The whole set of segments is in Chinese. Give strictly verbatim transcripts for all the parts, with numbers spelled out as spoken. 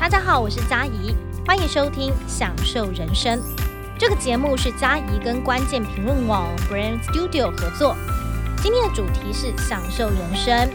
大家好，我是佳怡，欢迎收听享受人生。这个节目是佳怡跟关键评论网 Brand Studio 合作，今天的主题是享受人生。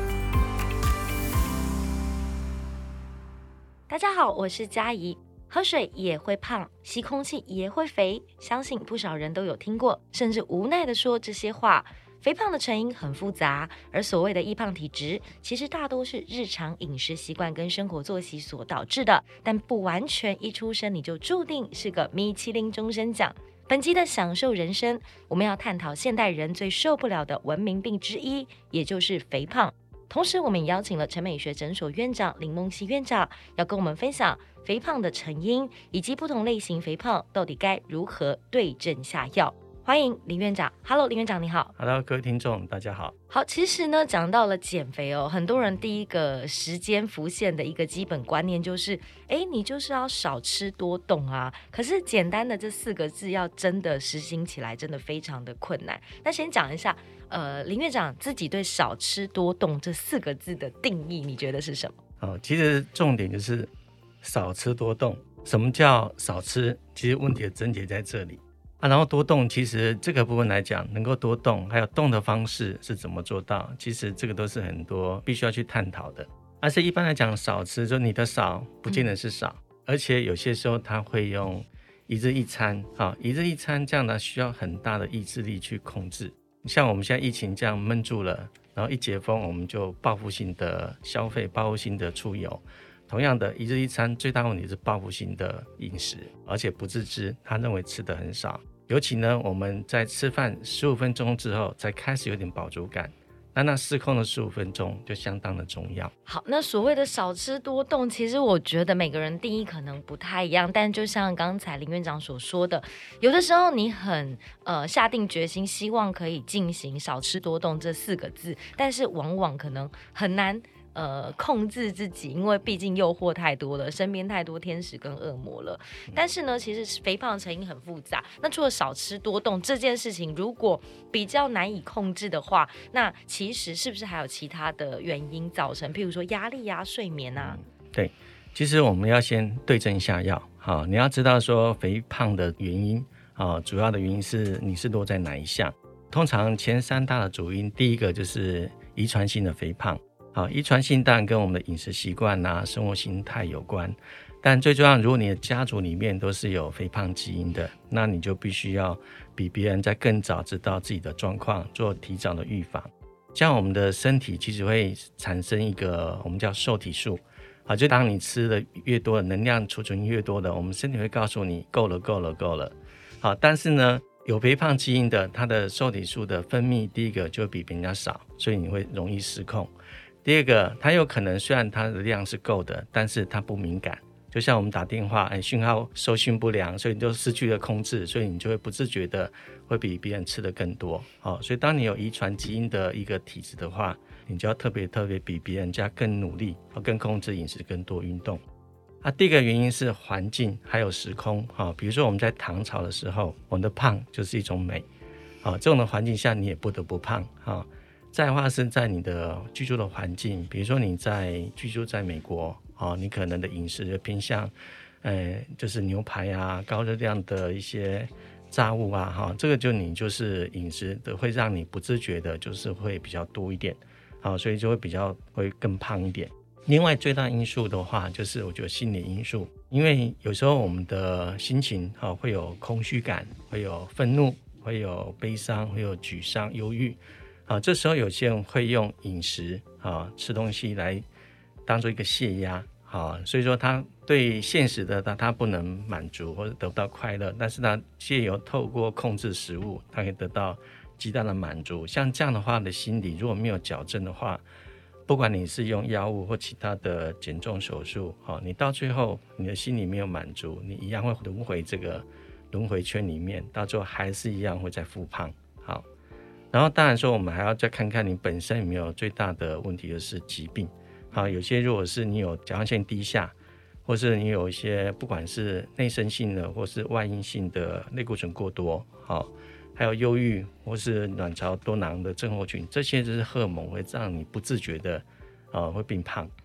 大家好，我是佳怡。喝水也会胖，吸空气也会肥，相信不少人都有听过，甚至无奈地说这些话。肥胖的成因很复杂，而所谓的易胖体质，其实大多是日常饮食习惯跟生活作息所导致的，但不完全一出生你就注定是个米其林终身奖。本集的享受人生，我们要探讨现代人最受不了的文明病之一，也就是肥胖。同时我们也邀请了陈美学诊所院长林梦溪院长，要跟我们分享肥胖的成因，以及不同类型肥胖到底该如何对症下药。欢迎林院长。 Hello 林院长你好。 Hello 各位听众大家好。 好，其实呢讲到了减肥哦，很多人第一个时间浮现的一个基本观念就是哎，你就是要少吃多动啊，可是简单的这四个字要真的实行起来真的非常的困难。那先讲一下呃，林院长自己对少吃多动这四个字的定义你觉得是什么？ 哦，其实重点就是少吃多动。什么叫少吃？其实问题的症结在这里啊，然后多动，其实这个部分来讲，能够多动，还有动的方式是怎么做到，其实这个都是很多必须要去探讨的。而且一般来讲，少吃，就你的少不见得是少，嗯、而且有些时候他会用一日一餐，好，一日一餐这样呢，需要很大的意志力去控制。像我们现在疫情这样闷住了，然后一解封，我们就报复性的消费，报复性的出游。同样的，一日一餐最大问题是报复性的饮食，而且不自知，他认为吃的很少。尤其呢，我们在吃饭十五分钟之后才开始有点饱足感，那那失控的十五分钟就相当的重要。 好，那所谓的少吃多动，其实我觉得每个人定义可能不太一样，但就像刚才林院长所说的，有的时候你很呃下定决心，希望可以进行少吃多动这四个字，但是往往可能很难呃，控制自己，因为毕竟诱惑太多了，身边太多天使跟恶魔了。但是呢，其实肥胖的成因很复杂。那除了少吃多动这件事情，如果比较难以控制的话，那其实是不是还有其他的原因造成？譬如说压力啊、睡眠啊。 嗯、对，其实我们要先对症下药。好，你要知道说肥胖的原因，好，主要的原因是你是落在哪一项？通常前三大的主因，第一个就是遗传性的肥胖。好，遗传性当然跟我们的饮食习惯啊、生活形态有关，但最重要，如果你的家族里面都是有肥胖基因的，那你就必须要比别人在更早知道自己的状况，做提早的预防。像我们的身体其实会产生一个我们叫受体素，好，就当你吃的越多，能量储存越多的，我们身体会告诉你够了够了够了。好，但是呢，有肥胖基因的，它的受体素的分泌第一个就比别人家少，所以你会容易失控。第二个，它有可能虽然它的量是够的，但是它不敏感，就像我们打电话，哎，讯号收讯不良，所以你就失去了控制，所以你就会不自觉的会比别人吃的更多。好，所以当你有遗传基因的一个体质的话，你就要特别特别比别人家更努力，更控制饮食，更多运动。啊，第一个原因是环境还有时空。好，比如说我们在唐朝的时候，我们的胖就是一种美。好，这种的环境下你也不得不胖。好，再的话是在你的居住的环境，比如说你在居住在美国，哦，你可能的饮食就偏向，呃，就是牛排啊、高热量的一些炸物啊，哈、哦，这个就你就是饮食的会让你不自觉的，就是会比较多一点，好、哦，所以就会比较会更胖一点。另外最大因素的话，就是我觉得心理因素，因为有时候我们的心情、哦、会有空虚感，会有愤怒，会有悲伤，会有沮丧、忧郁。啊，这时候有些人会用饮食啊，吃东西来当做一个泄压啊，所以说他对现实的他他不能满足或者得不到快乐，但是他藉由透过控制食物，他可以得到极大的满足。像这样的话的心理如果没有矫正的话，不管你是用药物或其他的减重手术，啊，你到最后你的心理没有满足，你一样会轮回这个轮回圈里面，到最后还是一样会再复胖。好。然后当然说我们还要再看看你本身有没有最大的问题，就是疾病。好，有些如果是你有甲状腺低下，或是你有一些不管是内生性的或是外因性的类固醇过多，好，还有忧郁或是卵巢多囊的症候群，这些就是荷尔蒙会让你不自觉的、呃、会变胖。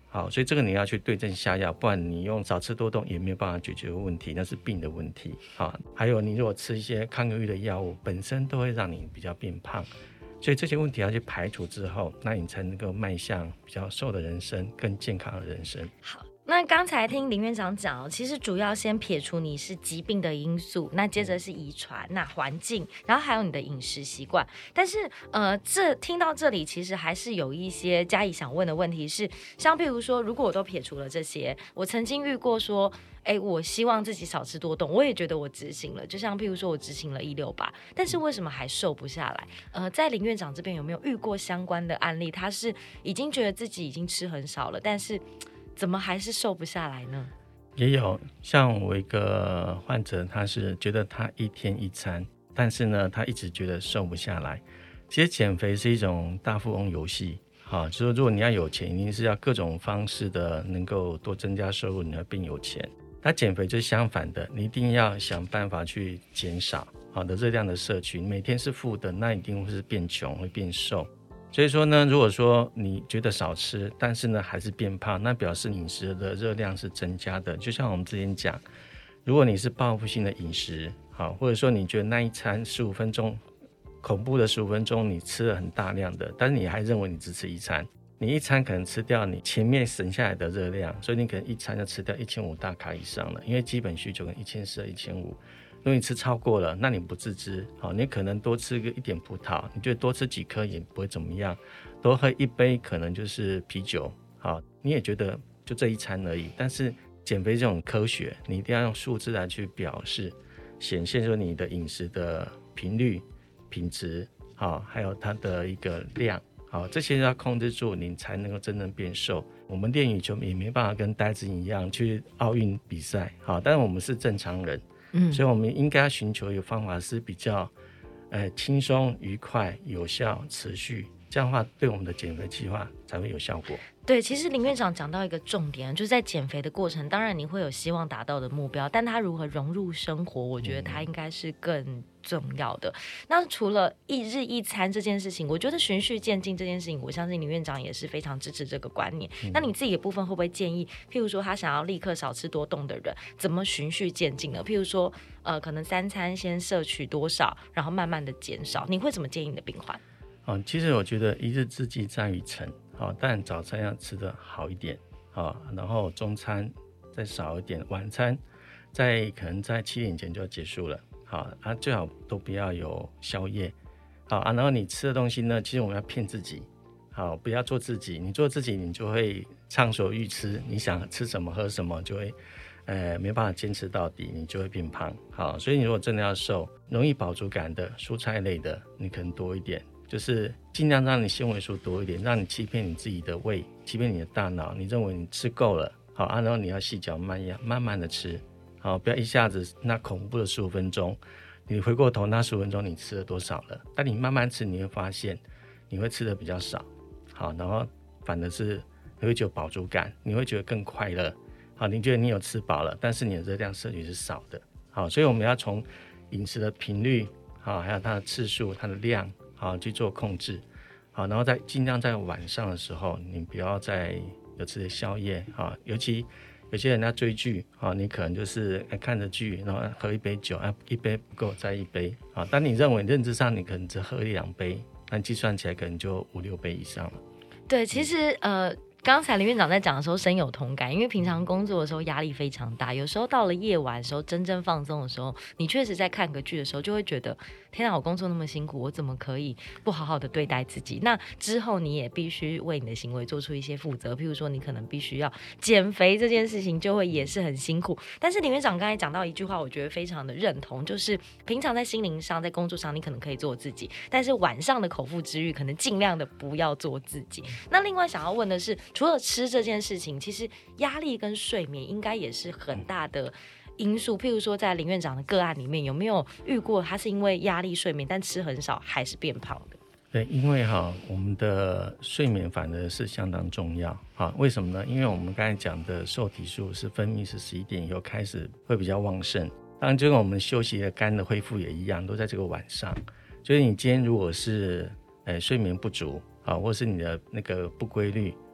好，所以这个你要去对症下药，不然你用少吃多动也没有办法解决问题，那是病的问题。好，还有你如果吃一些抗忧郁的药物，本身都会让你比较变胖，所以这些问题要去排除之后，那你才能够迈向比较瘦的人生，更健康的人生。 好，那刚才听林院长讲哦，其实主要先撇除你是疾病的因素，那接着是遗传，那环境，然后还有你的饮食习惯。但是呃，这听到这里，其实还是有一些嘉怡想问的问题是，像譬如说，如果我都撇除了这些，我曾经遇过说，哎，我希望自己少吃多动，我也觉得我执行了，就像譬如说我执行了一六八，但是为什么还瘦不下来？呃，在林院长这边有没有遇过相关的案例？他是已经觉得自己已经吃很少了，但是怎么还是瘦不下来呢？ 也有，像我一个患者，他是觉得他一天一餐，但是呢，他一直觉得瘦不下来。其实减肥是一种大富翁游戏，啊，就是如果你要有钱，一定是要各种方式的能够多增加收入，你要变有钱。那减肥就是相反的，你一定要想办法去减少好的热量的摄取，每天是负的，那一定会是变穷，会变瘦。所以说呢，如果说你觉得少吃，但是呢还是变胖，那表示饮食的热量是增加的。就像我们之前讲，如果你是报复性的饮食，好，或者说你觉得那一餐十五分钟恐怖的十五分钟你吃了很大量的，但是你还认为你只吃一餐，你一餐可能吃掉你前面省下来的热量，所以你可能一餐就吃掉一千五大卡以上了，因为基本需求可能一千四、一千五。如果你吃超过了，那你不自知，好，你可能多吃个一点葡萄，你觉得多吃几颗也不会怎么样，多喝一杯可能就是啤酒，好，你也觉得就这一餐而已。但是减肥这种科学，你一定要用数字来去表示，显现说你的饮食的频率、品质，好，还有它的一个量，好，这些要控制住，你才能够真正变瘦。我们练羽球也没办法跟呆子一样去奥运比赛，好，但是我们是正常人。嗯，所以我们应该寻求一个方法是比较呃轻松、愉快、有效、持续，这样的话对我们的减肥计划才会有效果。 对，其实林院长讲到一个重点，就是在减肥的过程，当然你会有希望达到的目标，但它如何融入生活，我觉得它应该是更重要的。嗯、那除了一日一餐这件事情，我觉得循序渐进这件事情，我相信林院长也是非常支持这个观念。嗯、那你自己的部分会不会建议，譬如说他想要立刻少吃多动的人，怎么循序渐进呢？譬如说，呃，可能三餐先摄取多少，然后慢慢的减少，你会怎么建议你的病患？ 哦，其实我觉得一日之计在于晨，好，但早餐要吃得好一点，好，然后中餐再少一点，晚餐在可能在七点前就要结束了，好啊，最好都不要有宵夜，好啊，然后你吃的东西呢，其实我们要骗自己，好，不要做自己，你做自己，你就会畅所欲吃，你想吃什么喝什么，就会呃没办法坚持到底，你就会变胖，好，所以你如果真的要瘦，容易饱足感的蔬菜类的，你可能多一点。就是尽量让你纤维素多一点，让你欺骗你自己的胃，欺骗你的大脑，你认为你吃够了，好啊，然后你要细嚼慢咽，慢慢的吃，好，不要一下子那恐怖的十五分钟，你回过头那十五分钟你吃了多少了？但你慢慢吃，你会发现你会吃的比较少，好，然后反而是你会觉得饱足感，你会觉得更快乐，好，你觉得你有吃饱了，但是你的热量摄取是少的，好，所以我们要从饮食的频率，好，还有它的次数、它的量。好，去做控制，好，然后再尽量在晚上的时候，你不要再有吃宵夜，好，尤其有些人在追剧，好，你可能就是看着剧，然后喝一杯酒，啊，一杯不够再一杯，好，但你认为认知上你可能只喝一两杯，那计算起来可能就五六杯以上了。 对，其实呃。刚才林院长在讲的时候深有同感，因为平常工作的时候压力非常大，有时候到了夜晚的时候真正放松的时候，你确实在看个剧的时候就会觉得天哪，我工作那么辛苦，我怎么可以不好好的对待自己？那之后你也必须为你的行为做出一些负责，譬如说你可能必须要减肥这件事情就会也是很辛苦。但是林院长刚才讲到一句话我觉得非常的认同，就是平常在心灵上在工作上你可能可以做自己，但是晚上的口腹之欲可能尽量的不要做自己。那另外想要问的是，除了吃这件事情，其实压力跟睡眠应该也是很大的因素。譬如说在林院长的个案里面，有没有遇过他是因为压力睡眠但吃很少还是变胖的？ 对，因为哈，我们的睡眠反而是相当重要哈。为什么呢？因为我们刚才讲的瘦体素是分泌是十一点以后开始会比较旺盛，当然就跟我们休息的肝的恢复也一样，都在这个晚上。所以你今天如果是呃睡眠不足啊，或是你的那个不规律，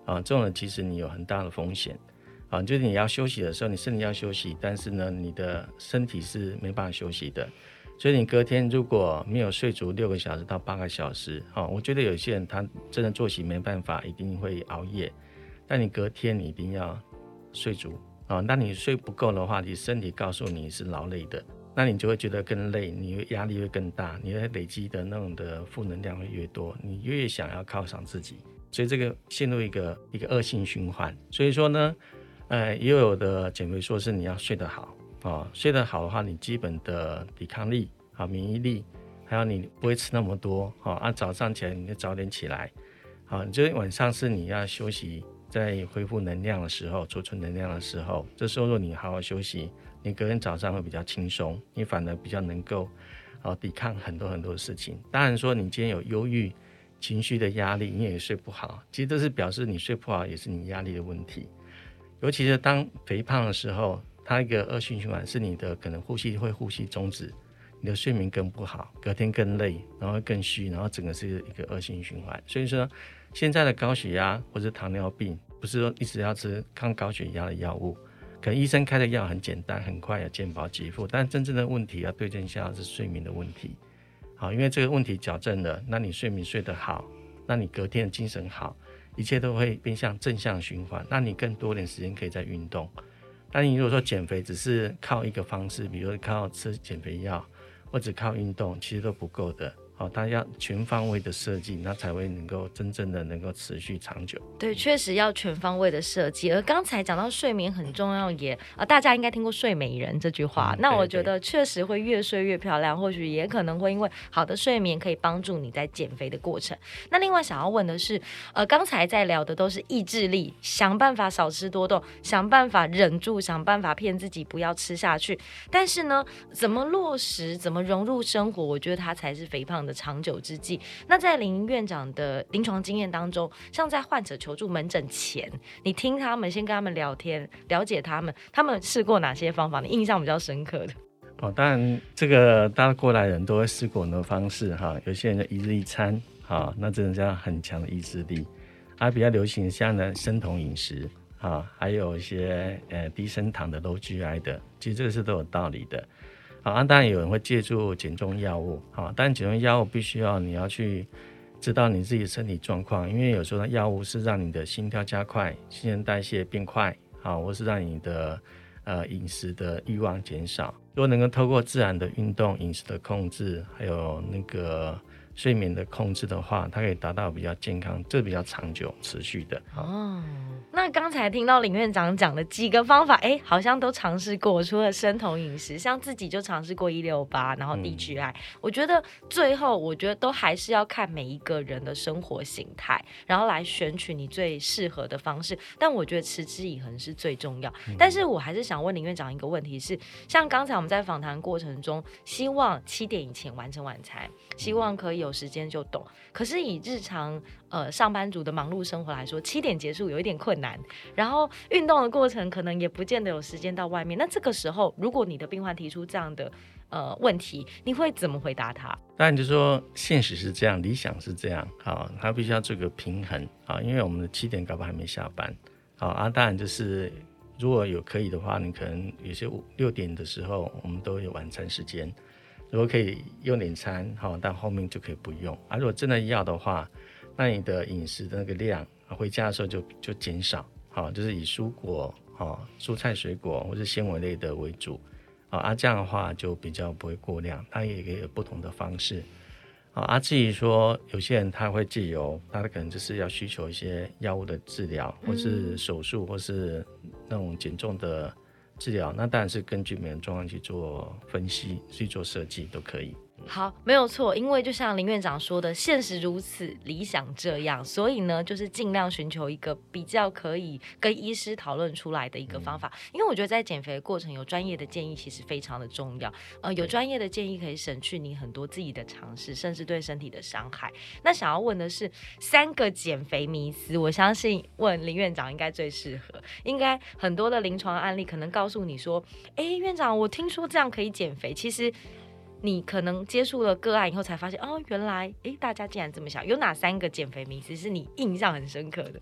啊，这种人其实你有很大的风险啊，就是你要休息的时候，你身体要休息，但是呢，你的身体是没办法休息的，所以你隔天如果没有睡足六个小时到八个小时，啊，我觉得有些人他真的作息没办法，一定会熬夜，但你隔天你一定要睡足啊，那你睡不够的话，你身体告诉你是劳累的，那你就会觉得更累，你压力会更大，你会累积的那种的负能量会越多，你越想要犒赏自己，所以这个陷入一个一个恶性循环。所以说呢，呃，也有的减肥说是你要睡得好啊，睡得好的话，你基本的抵抗力啊、免疫力，还有你不会吃那么多啊，啊早上起来你就早点起来，啊，就是晚上是你要休息，在恢复能量的时候，储存能量的时候，这时候如果你好好休息，你隔天早上会比较轻松，你反而比较能够、啊、抵抗很多很多的事情。当然说你今天有忧郁情绪的压力，你也睡不好，其实这是表示你睡不好也是你压力的问题。尤其是当肥胖的时候，它一个恶性循环是你的可能呼吸会呼吸中止，你的睡眠更不好，隔天更累，然后更虚，然后整个是一个恶性循环。所以说现在的高血压或者糖尿病不是说一直要吃抗高血压的药物，可能医生开的药很简单，很快有健保给付，但真正的问题要对症下药，是睡眠的问题。好，因为这个问题矫正了，那你睡眠睡得好，那你隔天的精神好，一切都会变向正向循环，那你更多点时间可以在运动。但你如果说减肥只是靠一个方式，比如说靠吃减肥药或者靠运动，其实都不够的。好，它要全方位的设计，那才会能够真正的能够持续长久。 对，确实要全方位的设计。而刚才讲到睡眠很重要也，呃、大家应该听过睡美人这句话、嗯、那我觉得确实会越睡越漂亮，或许也可能会因为好的睡眠可以帮助你在减肥的过程。那另外想要问的是，呃，刚才在聊的都是意志力，想办法少吃多动，想办法忍住，想办法骗自己不要吃下去，但是呢，怎么落实，怎么融入生活，我觉得它才是肥胖的长久之计。那在林院长的临床经验当中，像在患者求助门诊前，你听他们先跟他们聊天，了解他们，他们试过哪些方法，你印象比较深刻的？ 哦，当然这个大家过来人都会试过很多方式哈，有些人就一日一餐哈，那真的是要很强的意志力。啊，比较流行像呢生酮饮食啊，还有一些呃低升糖的 low G I 的，其实这个是都有道理的。好、啊，当然有人会借助减重药物，好、啊，但减重药物必须要你要去知道你自己的身体状况，因为有时候药物是让你的心跳加快、新陈代谢变快，好、啊，或是让你的呃饮食的欲望减少。如果能够透过自然的运动、饮食的控制，还有那个睡眠的控制的话，它可以达到比较健康，这比较长久持续的。 哦，那刚才听到林院长讲的几个方法，哎，好像都尝试过，除了生酮饮食，像自己就尝试过一六八，然后 D G I、嗯、我觉得最后我觉得都还是要看每一个人的生活形态，然后来选取你最适合的方式，但我觉得持之以恒是最重要、嗯、但是我还是想问林院长一个问题是，像刚才我们在访谈过程中希望七点以前完成晚餐，希望可以有时间就动，可是以日常呃上班族的忙碌生活来说，七点结束有一点困难，然后运动的过程可能也不见得有时间到外面，那这个时候如果你的病患提出这样的呃问题，你会怎么回答他？ 当然就是说现实是这样，理想是这样，好，他必须要做个平衡啊，因为我们的七点搞不好还没下班，好啊，当然就是如果有可以的话，你可能有些六点的时候我们都有晚餐时间，如果可以用点餐，好，但后面就可以不用啊。如果真的要的话，那你的饮食的那个量，回家的时候就就减少，好，就是以蔬果、好蔬菜水果或是纤维类的为主，啊，这样的话就比较不会过量，它也可以有不同的方式。啊，至于说有些人他会借由他可能就是要需求一些药物的治疗，或是手术，或是那种减重的治疗，那当然是根据每个人状况去做分析，去做设计都可以。 好，没有错，因为就像林院长说的，现实如此，理想这样，所以呢，就是尽量寻求一个比较可以跟医师讨论出来的一个方法。因为我觉得在减肥的过程，有专业的建议其实非常的重要。呃，有专业的建议可以省去你很多自己的尝试，甚至对身体的伤害。那想要问的是三个减肥迷思，我相信问林院长应该最适合。应该很多的临床案例可能告诉你说，哎，院长，我听说这样可以减肥，其实你可能接触了个案以后才发现，哦，原来诶大家竟然这么想。有哪三个减肥迷思是你印象很深刻的？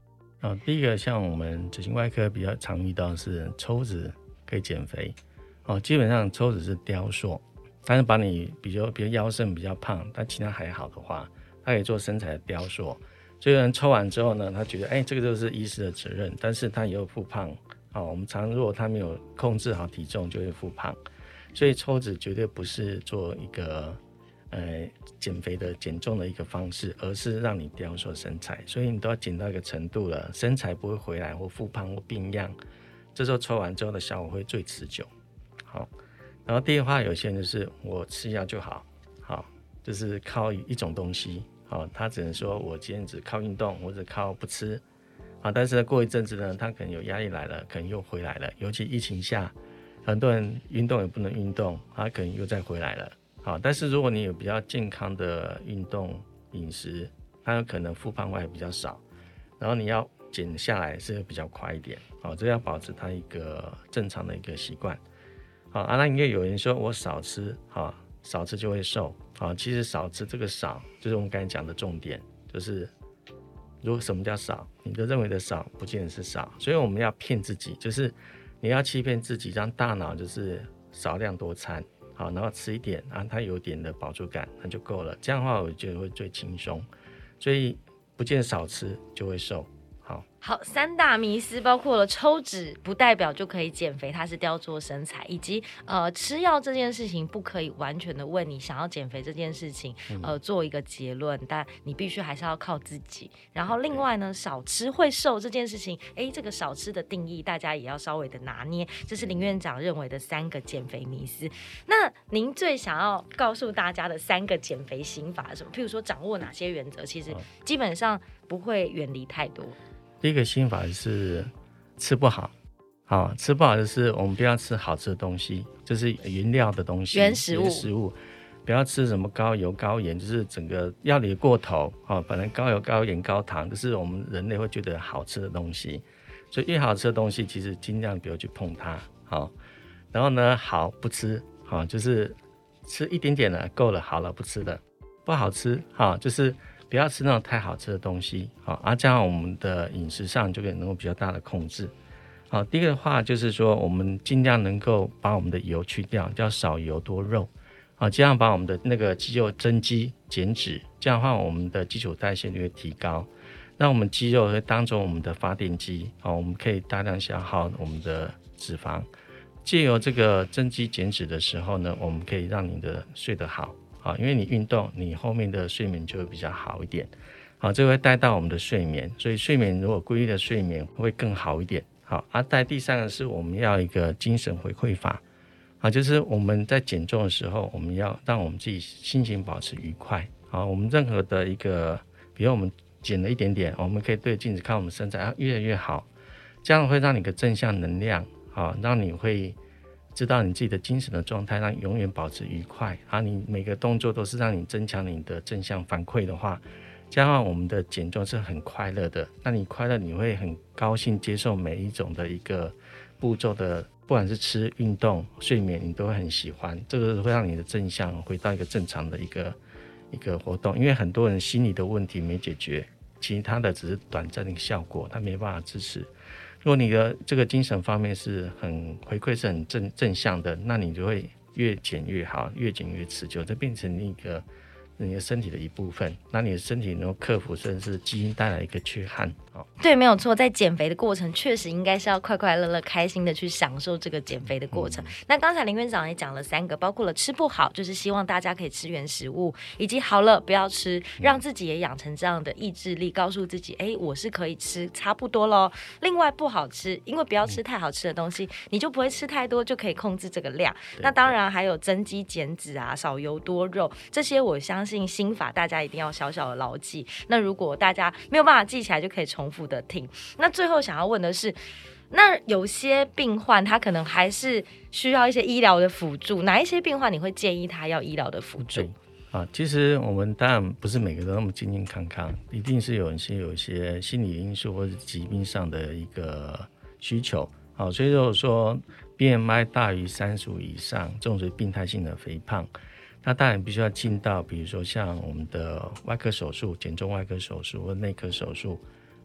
哦，第一个像我们整形外科比较常遇到的是抽脂可以减肥哦，基本上抽脂是雕塑，但是把你比如比如腰身比较胖，但其他还好的话，它可以做身材的雕塑。所以有人抽完之后呢，他觉得哎，这个就是医师的责任，但是他以后复胖哦，我们常如果他没有控制好体重，就会复胖。所以抽脂绝对不是做一个呃减肥的减重的一个方式，而是让你雕塑身材。所以你都要减到一个程度了，身材不会回来或复胖或变样，这时候抽完之后的效果会最持久。好，然后第二话有些人就是我吃药就好，好，就是靠一种东西，好，他只能说我今天只靠运动或者靠不吃，好，但是过一阵子呢，他可能有压力来了，可能又回来了，尤其疫情下。很多人运动也不能运动，他可能又再回来了。好，但是如果你有比较健康的运动饮食，它有可能复胖会比较少，然后你要减下来是比较快一点。好，这要保持它一个正常的一个习惯。好，啊，那应该有人说我少吃，好，少吃就会瘦。好，其实少吃这个少，就是我们刚才讲的重点，就是如果什么叫少，你的认为的少，不见得是少，所以我们要骗自己，就是。你要欺骗自己，让大脑就是少量多餐，好，然后吃一点啊，它有点的饱足感，那就够了。这样的话，我觉得会最轻松。所以不见少吃就会瘦。好， 好，三大迷思包括了抽脂不代表就可以减肥，它是雕塑身材，以及呃吃药这件事情不可以完全的为你想要减肥这件事情呃做一个结论，但你必须还是要靠自己。然后另外呢，少吃会瘦这件事情，哎，这个少吃的定义大家也要稍微的拿捏，这是林院长认为的三个减肥迷思。那您最想要告诉大家的三个减肥心法是什么？譬如说掌握哪些原则，其实基本上不会远离太多。 第一个心法是吃不好，好，吃不好就是我们不要吃好吃的东西，就是原料的东西， 原食物， 原食物，不要吃什么高油高盐，就是整个料理过头，哦，反正高油高盐高糖，就是我们人类会觉得好吃的东西，所以越好吃的东西，其实尽量不要去碰它，好，然后呢，好不吃，好，就是吃一点点了，够了，好了，不吃了，不好吃，好，就是不要吃那种太好吃的东西，好，啊，这样我们的饮食上就可以能够比较大的控制。好，第一个的话就是说，我们尽量能够把我们的油去掉，叫少油多肉，好，这样把我们的那个肌肉增肌减脂，这样的话我们的基础代谢率会提高，让我们肌肉会当作我们的发电机，好，我们可以大量消耗我们的脂肪，借由这个增肌减脂的时候呢，我们可以让你的睡得好。好，因为你运动，你后面的睡眠就会比较好一点。好，这会带到我们的睡眠，所以睡眠如果规律的睡眠会更好一点。好，啊，带第三个是我们要一个精神回馈法。好，就是我们在减重的时候，我们要让我们自己心情保持愉快。好，我们任何的一个，比如我们减了一点点，我们可以对镜子看我们身材啊越来越好，这样会让你的正向能量，好，让你会知道你自己的精神的状态，让你永远保持愉快啊！你每个动作都是让你增强你的正向反馈的话，加上我们的减重是很快乐的，那你快乐你会很高兴接受每一种的一个步骤的，不管是吃、运动、睡眠，你都会很喜欢。这个会让你的正向回到一个正常的一个一个活动，因为很多人心理的问题没解决，其他的只是短暂的一个效果，他没办法支持。如果你的这个精神方面是很回馈是很 正, 正向的，那你就会越减越好，越减越持久，这变成一个你的身体的一部分，那你的身体能够克服甚至是基因带来一个缺憾。哦， 对，没有错，在减肥的过程确实应该是要快快乐乐开心的去享受这个减肥的过程。嗯，那刚才林院长也讲了三个，包括了吃不好，就是希望大家可以吃原食物，以及好了不要吃，让自己也养成这样的意志力，告诉自己哎，我是可以吃差不多咯。另外不好吃，因为不要吃太好吃的东西，你就不会吃太多，就可以控制这个量。那当然还有增肌减脂啊，少油多肉，这些我相信心法大家一定要小小的牢记。那如果大家没有办法记起来，就可以重复的听。那最后想要问的是，那有些病患他可能还是需要一些医疗的辅助，哪一些病患你会建议他要医疗的辅助？ 啊，其实我们当然不是每个都那么健健康康，一定是有一些有一些心理因素或者疾病上的一个需求。好，所以如果说 B M I 大于三十五以上，这种是病态性的肥胖，那当然必须要进到比如说像我们的外科手术、减重外科手术或内科手术，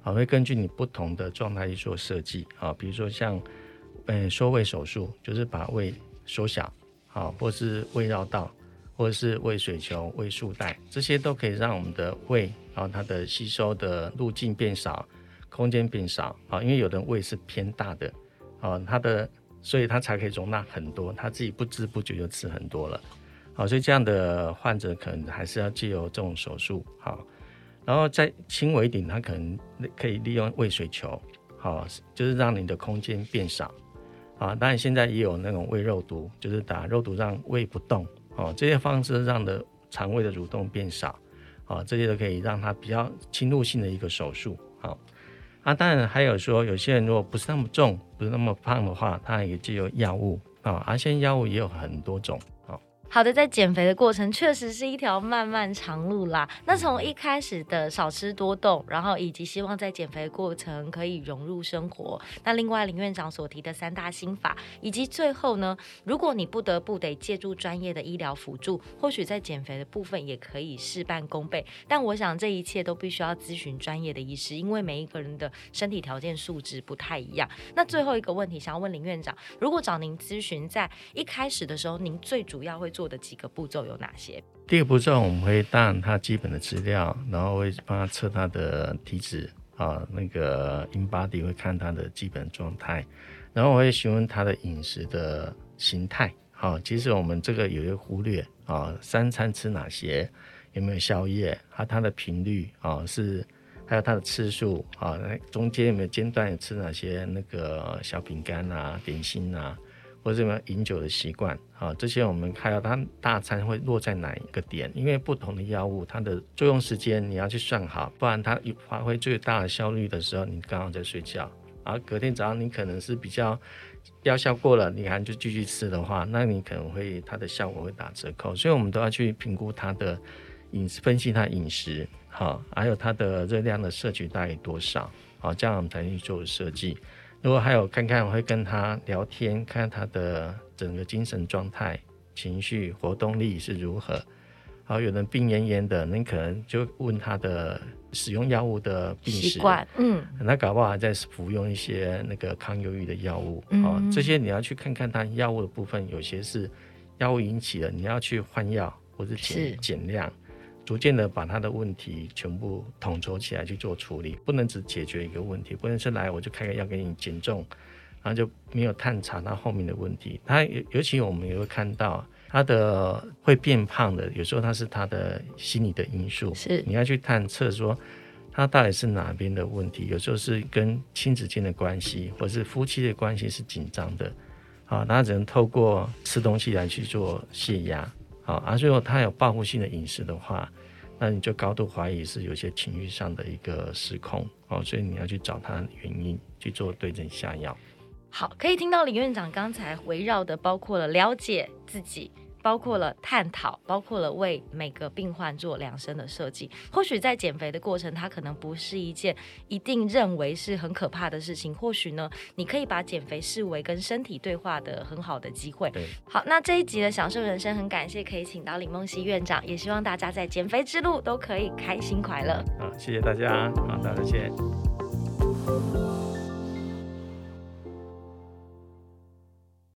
好，会根据你不同的状态去做设计。好，比如说像呃缩胃手术，就是把胃缩小，好，或是胃绕道，或者是胃水球、胃束带，这些都可以让我们的胃，然后它的吸收的路径变少，空间变少。好，因为有的胃是偏大的，好，它的所以它才可以容纳很多，他自己不知不觉就吃很多了。好，所以这样的患者可能还是要借由这种手术。好，然后再轻微一点，他可能可以利用胃水球，好，就是让你的空间变少。啊，当然现在也有那种胃肉毒，就是打肉毒让胃不动。哦，这些方式让的肠胃的蠕动变少。哦，这些都可以让它比较侵入性的一个手术。好，啊，当然还有说，有些人如果不是那么重，不是那么胖的话，他也就有药物啊，而现在药物也有很多种。好。 好的，在减肥的过程确实是一条漫漫长路啦。那从一开始的少吃多动，然后以及希望在减肥的过程可以融入生活，那另外林院长所提的三大心法，以及最后呢，如果你不得不得借助专业的医疗辅助，或许在减肥的部分也可以事半功倍。但我想这一切都必须要咨询专业的医师，因为每一个人的身体条件素质不太一样。那最后一个问题想要问林院长，如果找您咨询，在一开始的时候，您最主要会做的几个步骤有哪些？ 第一个步骤我们会当然他基本的资料，然后会帮他测他的体脂啊，那个 InBody 会看他的基本状态，然后我会询问他的饮食的形态。好，其实我们这个有一个忽略啊，三餐吃哪些，有没有宵夜，还有它的频率啊，是还有它的次数啊，中间有没有间断有吃哪些那个小饼干啊、点心啊，或者有没有饮酒的习惯啊？这些我们看到它大餐会落在哪一个点？因为不同的药物，它的作用时间你要去算好，不然它发挥最大的效率的时候，你刚好在睡觉，然后隔天早上你可能是比较药效过了，你还就继续吃的话，那你可能会它的效果会打折扣。所以我们都要去评估它的饮食，分析它的饮食，好，还有它的热量的摄取大概多少，好，这样我们才去做设计。如果还有看看，我会跟他聊天，看他的整个精神状态、情绪、活动力是如何。好，有人病恹恹的，你可能就问他的使用药物的病史习惯，嗯， 那搞不好还在服用一些那个抗忧郁的药物。 嗯哦，这些你要去看看他药物的部分，有些是药物引起的，你要去换药或是减减量。逐渐的把他的问题全部统筹起来去做处理，不能只解决一个问题，不能是来我就开个药给你减重，然后就没有探查他后面的问题。他尤其我们也会看到他的会变胖的，有时候他是他的心理的因素， 是你要去探测说他到底是哪边的问题，有时候是跟亲子间的关系或是夫妻的关系是紧张的，好，他只能透过吃东西来去做泄压。好，啊，如果他有报复性的饮食的话，那你就高度怀疑是有些情绪上的一个失控，哦，所以你要去找他的原因，去做对症下药。 好，可以听到林院长刚才围绕的包括了了解自己，包括了探讨，包括了为每个病患做量身的设计。或许在减肥的过程，它可能不是一件一定认为是很可怕的事情，或许呢，你可以把减肥视为跟身体对话的很好的机会。好，那这一集的享受人生，很感谢可以请到林梦溪院长，也希望大家在减肥之路都可以开心快乐。 好，谢谢大家，好，大家谢谢。